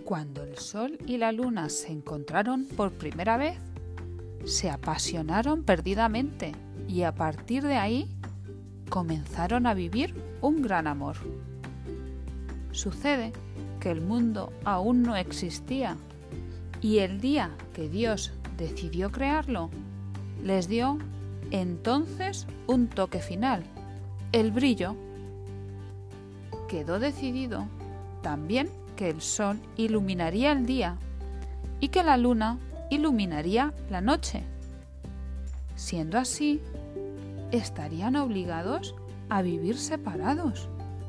Cuando el sol y la luna se encontraron por primera vez, se apasionaron perdidamente y a partir de ahí comenzaron a vivir un gran amor. Sucede que el mundo aún no existía y el día que Dios decidió crearlo, les dio entonces un toque final, el brillo. Quedó decidido también que el sol iluminaría el día y que la luna iluminaría la noche. Siendo así, estarían obligados a vivir separados.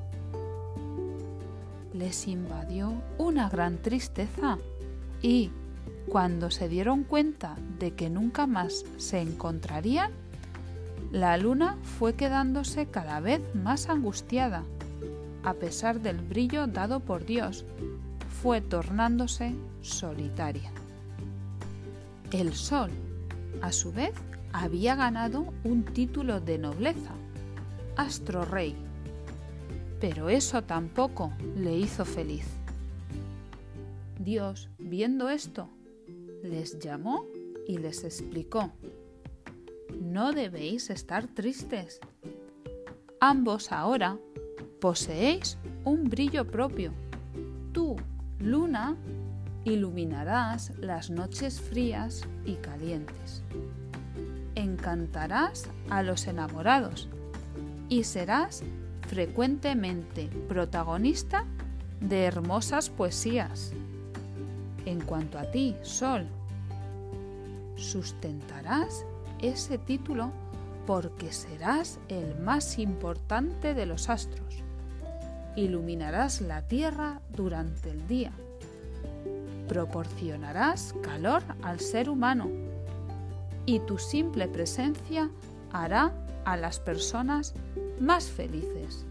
Les invadió una gran tristeza y, cuando se dieron cuenta de que nunca más se encontrarían, la luna fue quedándose cada vez más angustiada. A pesar del brillo dado por Dios, fue tornándose solitaria. El sol, a su vez, había ganado un título de nobleza, astrorrey, pero eso tampoco le hizo feliz. Dios, viendo esto, les llamó y les explicó: no debéis estar tristes. Ambos ahora poseéis un brillo propio. Tú, luna, iluminarás las noches frías y calientes. Encantarás a los enamorados y serás frecuentemente protagonista de hermosas poesías. En cuanto a ti, sol, sustentarás ese título porque serás el más importante de los astros. Iluminarás la tierra durante el día. Proporcionarás calor al ser humano y tu simple presencia hará a las personas más felices.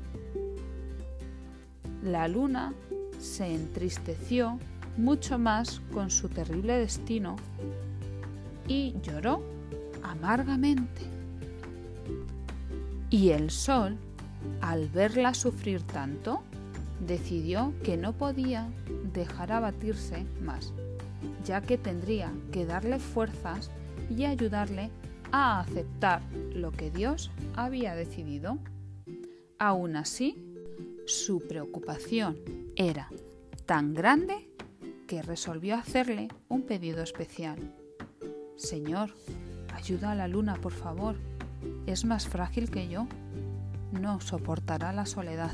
La luna se entristeció mucho más con su terrible destino y lloró amargamente. Y el sol, al verla sufrir tanto, decidió que no podía dejar abatirse más, ya que tendría que darle fuerzas y ayudarle a aceptar lo que Dios había decidido. Aún así, su preocupación era tan grande que resolvió hacerle un pedido especial. Señor, ayuda a la luna, por favor. Es más frágil que yo. No soportará la soledad.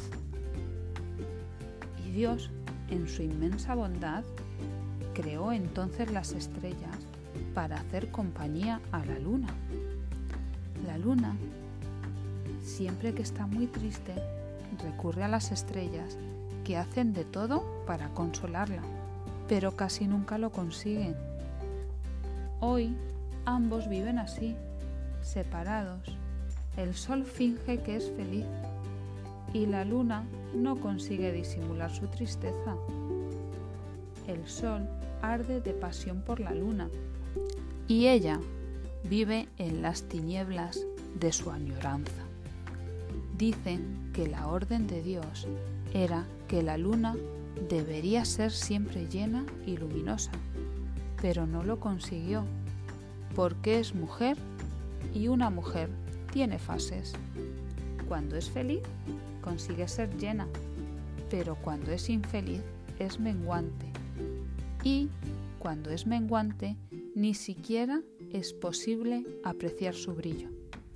Y Dios, en su inmensa bondad, creó entonces las estrellas para hacer compañía a la luna. La luna, siempre que está muy triste, recurre a las estrellas, que hacen de todo para consolarla, pero casi nunca lo consiguen. Hoy ambos viven así, separados. El sol finge que es feliz y la luna no consigue disimular su tristeza. El sol arde de pasión por la luna y ella vive en las tinieblas de su añoranza. Dicen que la orden de Dios era que la luna debería ser siempre llena y luminosa, pero no lo consiguió, porque es mujer y una mujer tiene fases. Cuando es feliz, consigue ser llena, pero cuando es infeliz, es menguante. Y cuando es menguante, ni siquiera es posible apreciar su brillo.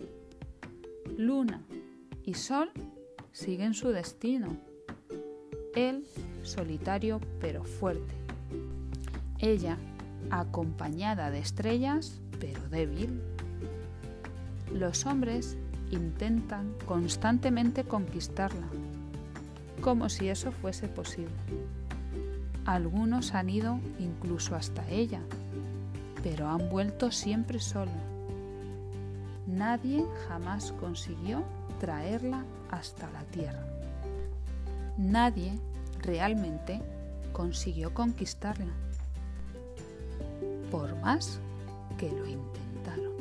Luna y sol siguen su destino. Él solitario pero fuerte. Ella acompañada de estrellas pero débil. Los hombres intentan constantemente conquistarla, como si eso fuese posible. Algunos han ido incluso hasta ella, pero han vuelto siempre solo. Nadie jamás consiguió traerla hasta la tierra. Nadie realmente consiguió conquistarla, por más que lo intentaron.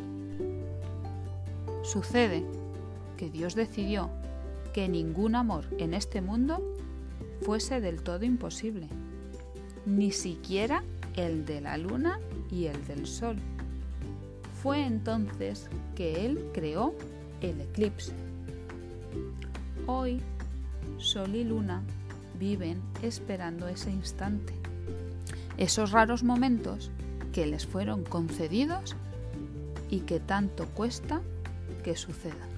Sucede que Dios decidió que ningún amor en este mundo fuese del todo imposible. ni siquiera el de la luna y el del sol. Fue entonces que él creó el eclipse. Hoy, sol y luna viven esperando ese instante, esos raros momentos que les fueron concedidos y que tanto cuesta que sucedan.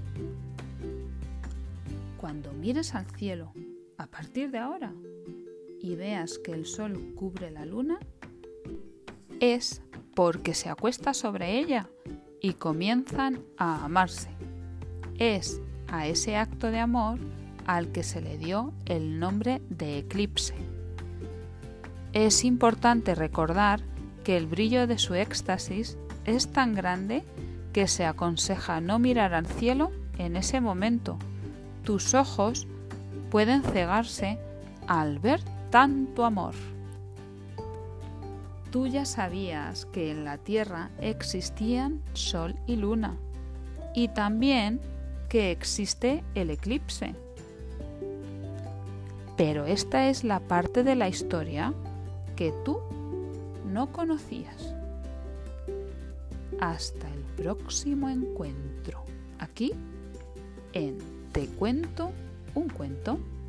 Cuando mires al cielo a partir de ahora y veas que el sol cubre la luna, es porque se acuesta sobre ella y comienzan a amarse. Es a ese acto de amor al que se le dio el nombre de eclipse. Es importante recordar que el brillo de su éxtasis es tan grande que se aconseja no mirar al cielo en ese momento. Tus ojos pueden cegarse al ver tanto amor. Tú ya sabías que en la Tierra existían Sol y Luna y también que existe el eclipse. Pero esta es la parte de la historia que tú no conocías. Hasta el próximo encuentro, aquí en Te Cuento un Cuento.